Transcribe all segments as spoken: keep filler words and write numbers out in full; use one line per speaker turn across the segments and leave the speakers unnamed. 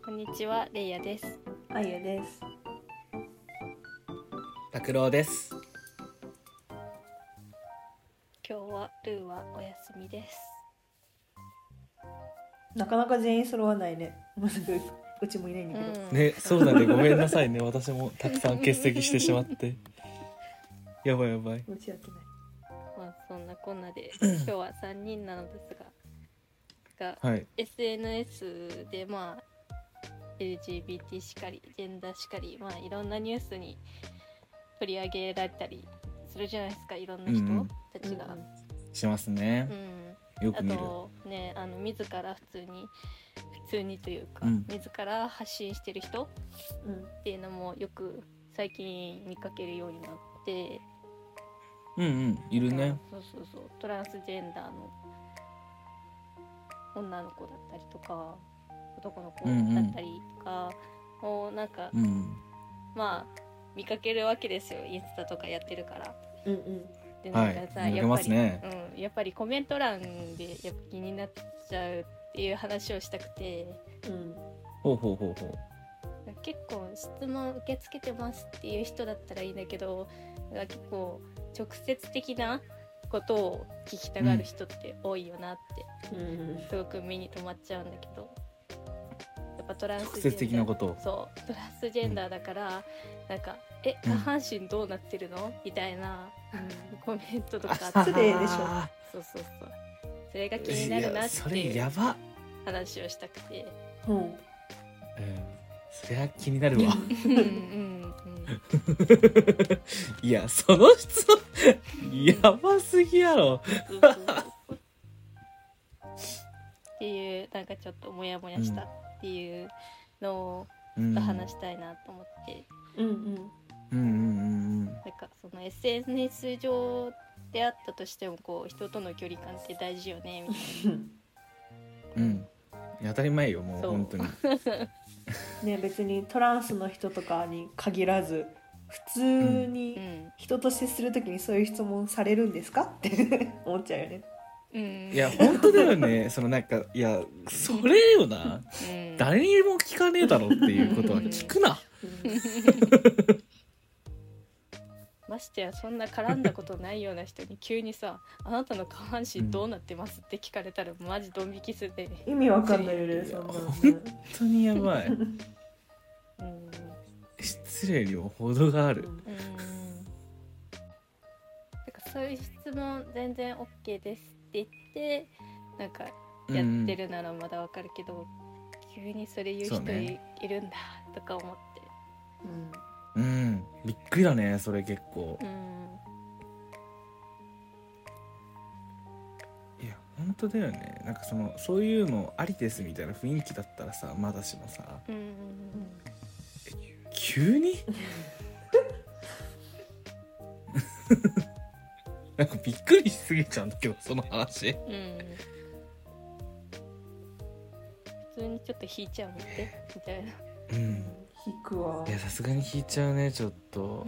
こんにちは、レイヤです。
あゆです。
拓郎です。
今日はルーはお休みです。
なかなか全員揃わないね。まさかうちもいないんだけど、
うん、
ね、そうだね、ごめんなさいね。私もたくさん欠席してしまってやばいやばい。
うちやってない。
まあそんなこんなで今日はさんにんなのですがが、
はい、
エスエヌエス でまあ エルジービーティー しかりジェンダーしかり、まあいろんなニュースに取り上げられたりするじゃないですか、いろんな人たちが、
うんうん、
しますね、
うん、
よく見る。
あとね、あの自ら普通に普通にというか、
うん、
自ら発信してる人
うん、
っていうのもよく最近見かけるようになって、
うんうんいるね。
そうそうそう、トランスジェンダーの女の子だったりとか男の子だったりとかを、うんうん、なんか、
うん、
まあ見かけるわけですよ、インスタとかやってるから。
うんうん、
でなんかさ、
はい、見れますね。
やっぱり、うん、やっぱりコメント欄でやっぱ気になっちゃうっていう話をしたくて、
うん、
ほうほうほうほう。
結構質問受け付けてますっていう人だったらいいんだけど、なんか結構直接的なことを聞きたがる人って多いよなって、
うん、
すごく目に留まっちゃうんだけど、やっぱトランスジェンダー、
直接的なこと。
そうトランスジェンダーだから、うん、なんかえ下半身どうなってるのみたいな、うん、コメントとか
失礼でしょ。
そうそうそう、それが気になるなっていう話をしたくて、
うん、うん、
それは気になるわ
うんうん、うん、
いやその質問やばすぎやろ
そうそうそうっていう、なんかちょっとモヤモヤしたっていうのをちょっと話したいなと思って、
うんうん、
うんうんうん、
なんかその エスエヌエス 上であったとしてもこう人との距離感って大事よねみたいな
うん、当たり前よ、もう本当に
ね、別にトランスの人とかに限らず普通に人と接するときにそういう質問されるんですかって思っちゃうよね。
うん、
いや本当だよねそのなんかいやそれよな、うん、誰にも聞かねえだろっていうことは聞くな、
うんましてやそんな絡んだことないような人に急にさあなたの下半身どうなってますって聞かれたらマジドン引きするで、ね、
意味わかんないよね、そんなのね。
本当にやばい、うん、失礼にも程がある、うん、
だからそういう質問全然 OK ですって言ってなんかやってるならまだわかるけど、うん、急にそれ言う人 い,、ね、いるんだとか思って、
うん、うん、びっくりだねそれ結構、うん、いや本当だよね。なんかそのそういうのありですみたいな雰囲気だったらさまだしもさ、うんうんうん、急になんかびっくりしすぎちゃうんだけどその話、うん、
普通にちょっと引いちゃうのってみたいな、
うん、
引くわ。
いやさすがに引いちゃうねちょっと、うん、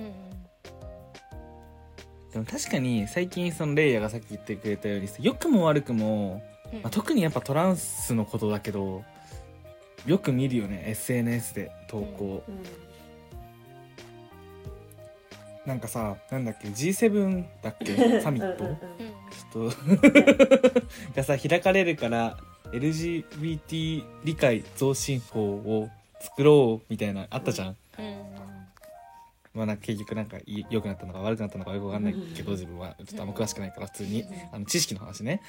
でも確かに最近そのレイヤがさっき言ってくれたように良くも悪くも、うんまあ、特にやっぱトランスのことだけどよく見るよね エスエヌエス で投稿、うんうん、なんかさなんだっけ ジーセブン だっけサミットちょっとがさ開かれるから エルジービーティー 理解増進法を作ろうみたいなあったじゃん、うんうんまあ、なんか結局なんか良くなったのか悪くなったのかよく分かんないけど自分はちょっとあんま詳しくないから普通にあの知識の話ね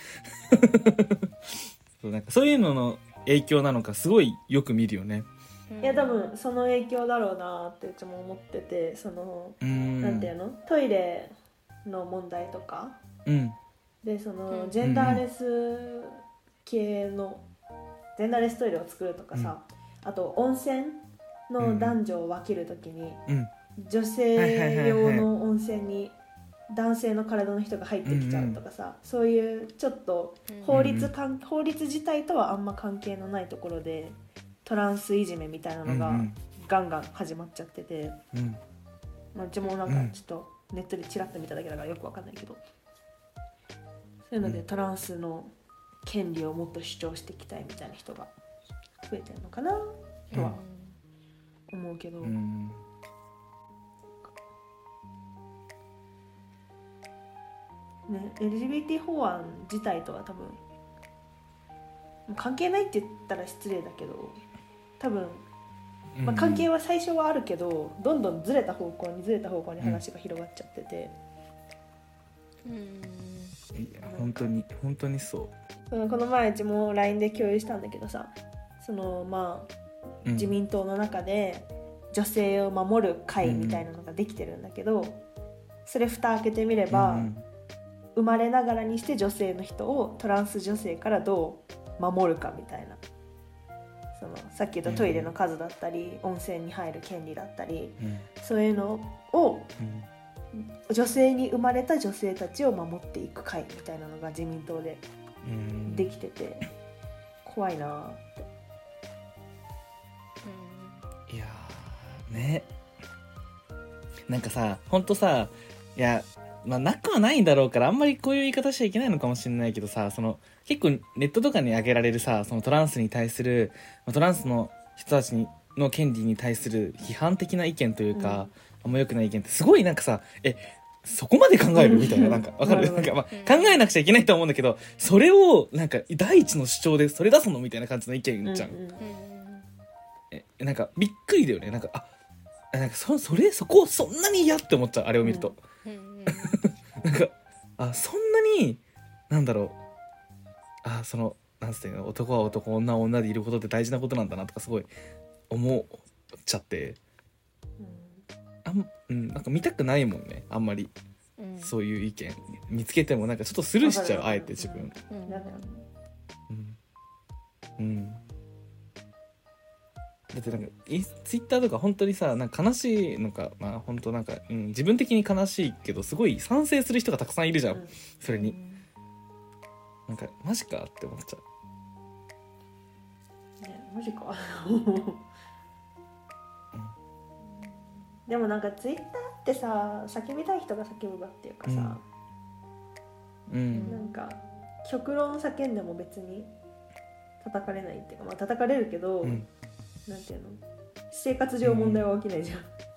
そうなんかそういうのの影響なのかすごいよく見るよね。
いや多分その影響だろうなってうちも思ってて、そのなんていうのトイレの問題とか、うん、でそのジェンダーレス系の、うん、ジェンダーレストイレを作るとかさ、うん、あと温泉の男女を分けるときに、うん、女性用の温泉に男性の体の人が入ってきちゃうとかさ、うんうん、そういうちょっと法律かん、うんうん、法律自体とはあんま関係のないところでトランスいじめみたいなのがガンガン始まっちゃってて、うんまあ、うちもなんかちょっとネットでチラッと見ただけだからよくわかんないけど、そういうのでトランスの権利をもっと主張していきたいみたいな人が増えてるのかな。 とは思うけど、
うん
ね、エルジービーティー 法案自体とは多分関係ないって言ったら失礼だけど、多分、まあ、関係は最初はあるけど、うん、どんどんずれた方向にずれた方向に話が広がっちゃってて、
うん、
いや本当に本当にそう。
そのこの前うちも ライン で共有したんだけどさ、そのまあ、うん、自民党の中で女性を守る会みたいなのができてるんだけど、うん、それ蓋開けてみれば、うん、生まれながらにして女性の人をトランス女性からどう守るかみたいな、そのさっき言ったトイレの数だったり、うん、温泉に入る権利だったり、うん、そういうのを、うん、女性に生まれた女性たちを守っていく会みたいなのが自民党でできてて、うん、怖いなって、
うん、いやーね、なんかさほんとさ、いやまあなくはないんだろうからあんまりこういう言い方しちゃいけないのかもしれないけどさ、その結構ネットとかに上げられるさ、そのトランスに対するトランスの人たちにの権利に対する批判的な意見というか、うん、あんま良くない意見ってすごいなんかさ、えそこまで考えるみたいな、なんかわかるなんか、まあ、考えなくちゃいけないと思うんだけど、それをなんか第一の主張でそれ出すのみたいな感じの意見じゃん、うんうん、えなんかびっくりだよね。なんかあなんか そ, それそこそんなに嫌って思っちゃう、あれを見ると、うん、なんかあそんなになんだろう、あそのなんていうの、男は男女は女でいることって大事なことなんだなとかすごい思っちゃって、あん、うん、なんか見たくないもんねあんまり、うん、そういう意見見つけてもなんかちょっとスルーしちゃう、あえて自分、うんうん、だってなんかツイッターとか本当にさ、なんか悲しいのか、まあ本当なんか、うん、自分的に悲しいけどすごい賛成する人がたくさんいるじゃん、うん、それになんかマジかって思っちゃ
う、ね、マジかでもなんかツイッターってさ、叫びたい人が叫ぶ場っていうかさ、うん、なんか極論叫んでも別に叩かれないっていうか、まあ叩かれるけど、うん、なんていうの、生活上問題は起きないじゃん、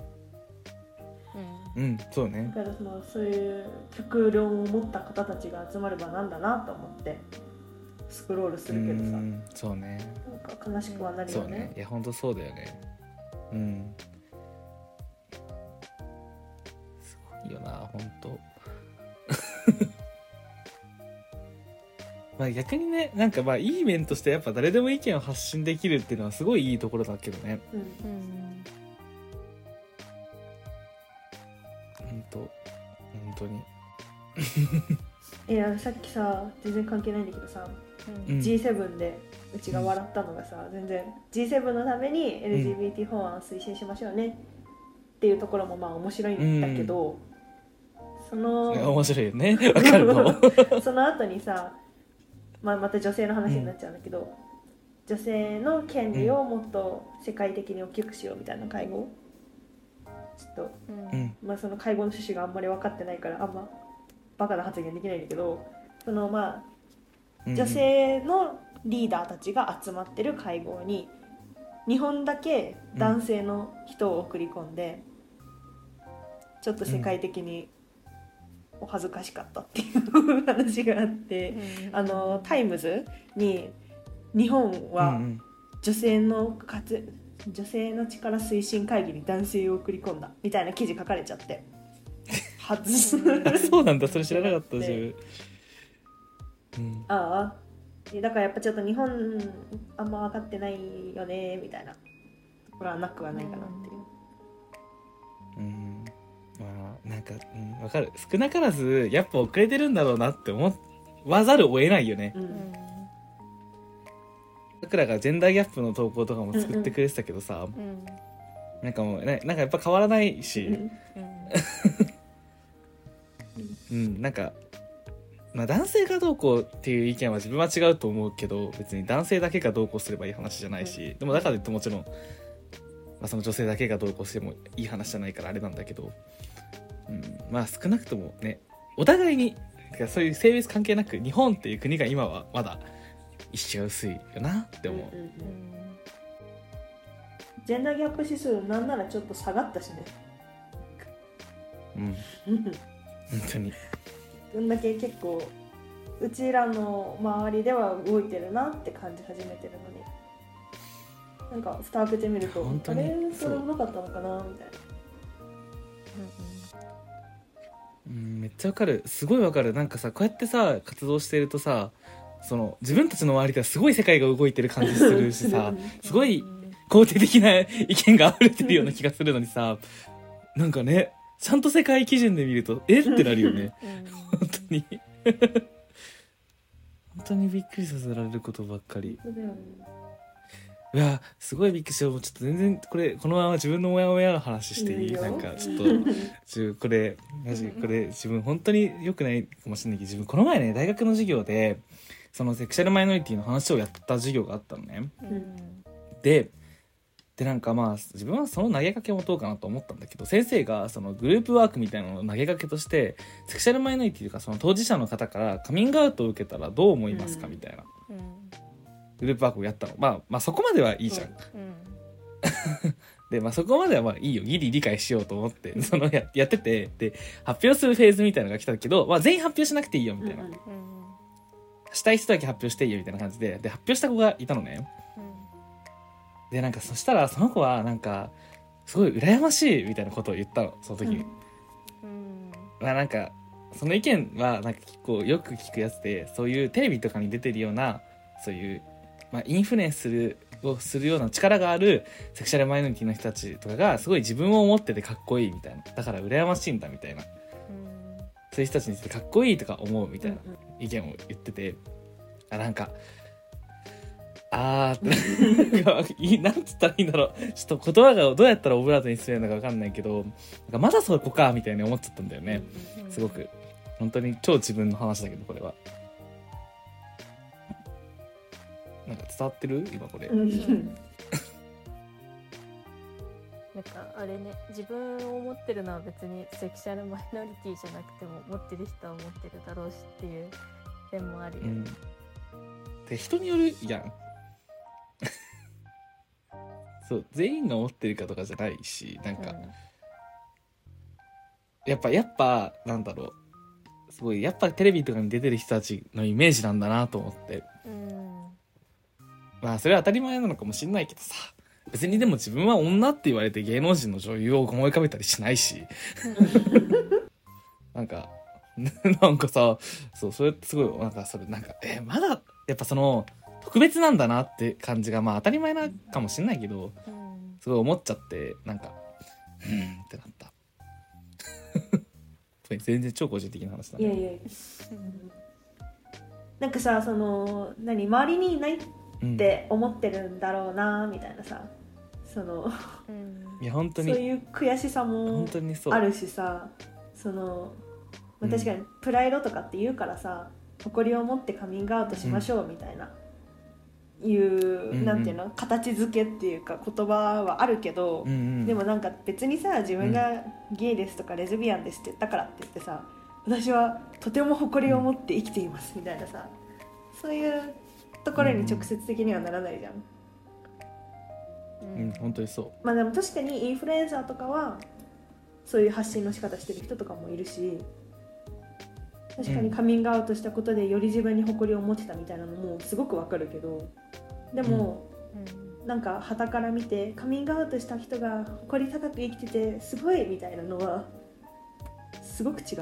うん、うん、そうね。
だからそのそういう極論を持った方たちが集まる場なんだなと思ってスクロールするけどさ、うん、
そうね、
なんか悲しくはなるよね。
そうね、いや本当そうだよね。うんいいよな本当まあ逆にね、なんかまあいい面としてやっぱ誰でも意見を発信できるっていうのはすごいいいところだけどね、うん、本当本当に
いやさっきさ全然関係ないんだけどさ、うん、ジーセブン でうちが笑ったのがさ、うん、全然 ジーセブン のために エルジービーティー 法案を推進しましょうねっていうところもまあ面白いんだけど、うんその
面白いよね、わかるの
その後にさ、まあ、また女性の話になっちゃうんだけど、うん、女性の権利をもっと世界的に大きくしようみたいな会合、ちょっと、うんまあ、その会合の趣旨があんまり分かってないからあんまバカな発言できないんだけど、そのまあ女性のリーダーたちが集まってる会合に日本だけ男性の人を送り込んで、ちょっと世界的にお恥ずかしかったっていう話があって、うん、あのタイムズに日本は女性の活女性の力推進会議に男性を送り込んだみたいな記事書かれちゃって外す
そうなんだ、それ知らなかった自分、
うん、ああだからやっぱちょっと日本あんま分かってないよねみたいなところはなくはないかなっていう、
うん、まあなんか、うん、分かる、少なからずやっぱ遅れてるんだろうなって思わざるを得ないよね、うん僕らがジェンダーギャップの投稿とかも作ってくれてたけどさ、うんうん、なんかもうね、なんかやっぱ変わらないし、うんうん、なんか、まあ、男性がどうこうっていう意見は自分は違うと思うけど、別に男性だけがどうこうすればいい話じゃないし、うん、でもだからといってもちろん、まあ、その女性だけがどうこうしてもいい話じゃないからあれなんだけど、うん、まあ少なくともね、お互いにそういう性別関係なく日本っていう国が今はまだ意識が薄いよなって思う、うんうんうん、
ジェンダーギャップ指数なんならちょっと下がったしね。
うん本当に
どんだけ結構うちらの周りでは動いてるなって感じ始めてるのに、なんか蓋開けてみるとあれそれもなかったのかなみたいな。
うん、めっちゃわかる、すごいわかる。なんかさ、こうやってさ活動してるとさ、その自分たちの周りではすごい世界が動いてる感じするしさすごい肯定的な意見が溢れてるような気がするのにさ、なんかね、ちゃんと世界基準で見るとえってなるよね本当に本当にびっくりさせられることばっかり。いやすごいびっくりした。ちょっと全然これこのまま自分のモヤモヤの話していい？なんかちょっとちょこれマジこれ自分本当に良くないかもしれないけど、自分この前ね大学の授業でそのセクシャルマイノリティの話をやった授業があったのね、うん、ででなんかまあ自分はその投げかけを持とうかなと思ったんだけど、先生がそのグループワークみたいなのを投げかけとして、セクシャルマイノリティというかその当事者の方からカミングアウトを受けたらどう思いますかみたいな、うん、グループワークをやったの。まあまあそこまではいいじゃん、うん、でまあそこまではまあいいよ、ギリ理解しようと思ってその や, やってて、で発表するフェーズみたいなのが来たけど、まあ、全員発表しなくていいよみたいな、うん、したい人だけ発表していいよみたいな感じで、で発表した子がいたのね、うん、でなんかそしたらその子はなんかすごい羨ましいみたいなことを言ったの、その時に、うん、まあなんかその意見はなんか結構よく聞くやつで、そういうテレビとかに出てるようなそういう、まあ、インフルエンスするをするような力があるセクシャルマイノリティの人たちとかがすごい自分を持っててかっこいいみたいな、だから羨ましいんだみたいな、うん、そういう人たちについてかっこいいとか思うみたいな意見を言ってて、あなんかあーってなんつったらいいんだろう、ちょっと言葉がどうやったらオブラートにするのか分かんないけど、なんかまだそこかみたいに思っちゃったんだよね。すごく本当に超自分の話だけど、これはなんか伝わってる今これ、うん、
なんかあれね、自分を持ってるのは別にセクシャルマイノリティじゃなくても持ってる人は持ってるだろうしっていう点もあるよね、うん、
で人によるやんそう全員が持ってるかとかじゃないし、なんか、うん、やっぱやっぱなんだろう、すごいやっぱテレビとかに出てる人たちのイメージなんだなと思って、うん、まあそれは当たり前なのかもしんないけどさ、別にでも自分は女って言われて芸能人の女優を思い浮かべたりしないしなんかなんかさ、そうそれってすごいなんかそれなんかえまだやっぱその特別なんだなって感じがまあ当たり前なかもしんないけど、うん、すごい思っちゃってなんかうんってなった全然超個人的な話だね。
いやいやなんかさ、その何周りにいないって思ってるんだろうなみたいなさ、その、
うん、いや本当に
そういう悔しさもあるしさ、その、まあ、確かにプライドとかって言うからさ、うん、誇りを持ってカミングアウトしましょうみたいな、うん、いう、うん、なんていうの、形付けっていうか言葉はあるけど、うんうん、でもなんか別にさ、自分がゲイですとかレズビアンですって言ったからって言ってさ、私はとても誇りを持って生きていますみたいなさ、そういうところに直接的にはならないじゃん。
うん、うん、本当にそう。
まあでも確かにインフルエンサーとかはそういう発信の仕方してる人とかもいるし、確かにカミングアウトしたことでより自分に誇りを持ってたみたいなのもすごくわかるけど、でも、うん、なんか傍から見てカミングアウトした人が誇り高く生きててすごいみたいなのはすごく違う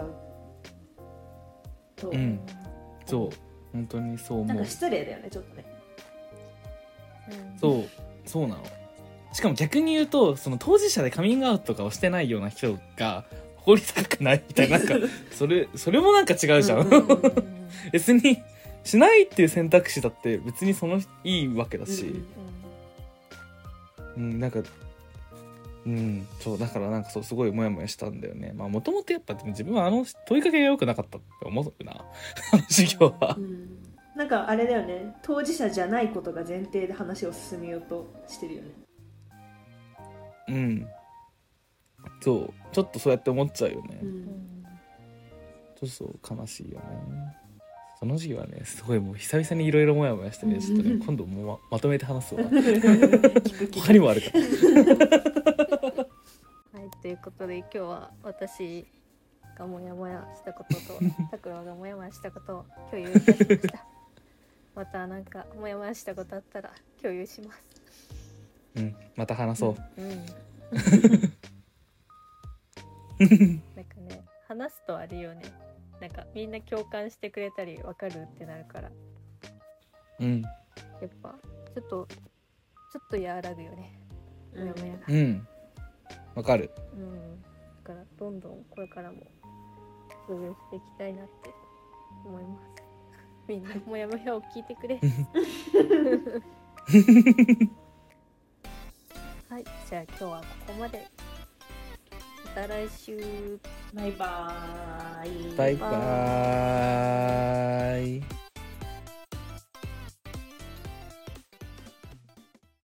と、
うん、そう本当にそう思う。
なんか失礼だよねちょっとね、
うん、そうそうなの。しかも逆に言うと、その当事者でカミングアウトとかをしてないような人が誇り高くないみたいな、なんかそれそれもなんか違うじゃん別にしないっていう選択肢だって別にそのいいわけだし、うん、うん、なんかうんそうだからなんかそうすごいモヤモヤしたんだよね。まあもともとやっぱ自分はあの問いかけが良くなかったって思うなあの授業は、うん、
なんかあれだよね、当事者じゃないことが前提で話を進めようとしてるよね。
うん、そうちょっとそうやって思っちゃうよね、うん、ちょっとそう悲しいよね。 この時期はねすごいもう久々にいろいろモヤモヤしてね、ちょっとね今度も ま, まとめて話すわ他にもあるから
はい、ということで今日は私がモヤモヤしたこととタクロがモヤモヤしたことを共有いたしましたまたなんかモヤモヤしたことあったら共有します。
うんまた話そう、
うん、うん、なんかね話すとあれよね、なんかみんな共感してくれたり分かるってなるから、
うん
やっぱちょっとちょっと和らぐよね、モヤモヤが。
うんわかる。
うん、だからどんどんこれからも共有していきたいなって思います。みんなモヤモヤを聞いてくれはい、じゃあ今日はここまで。また来週。
バイバーイ。
バイバーイ。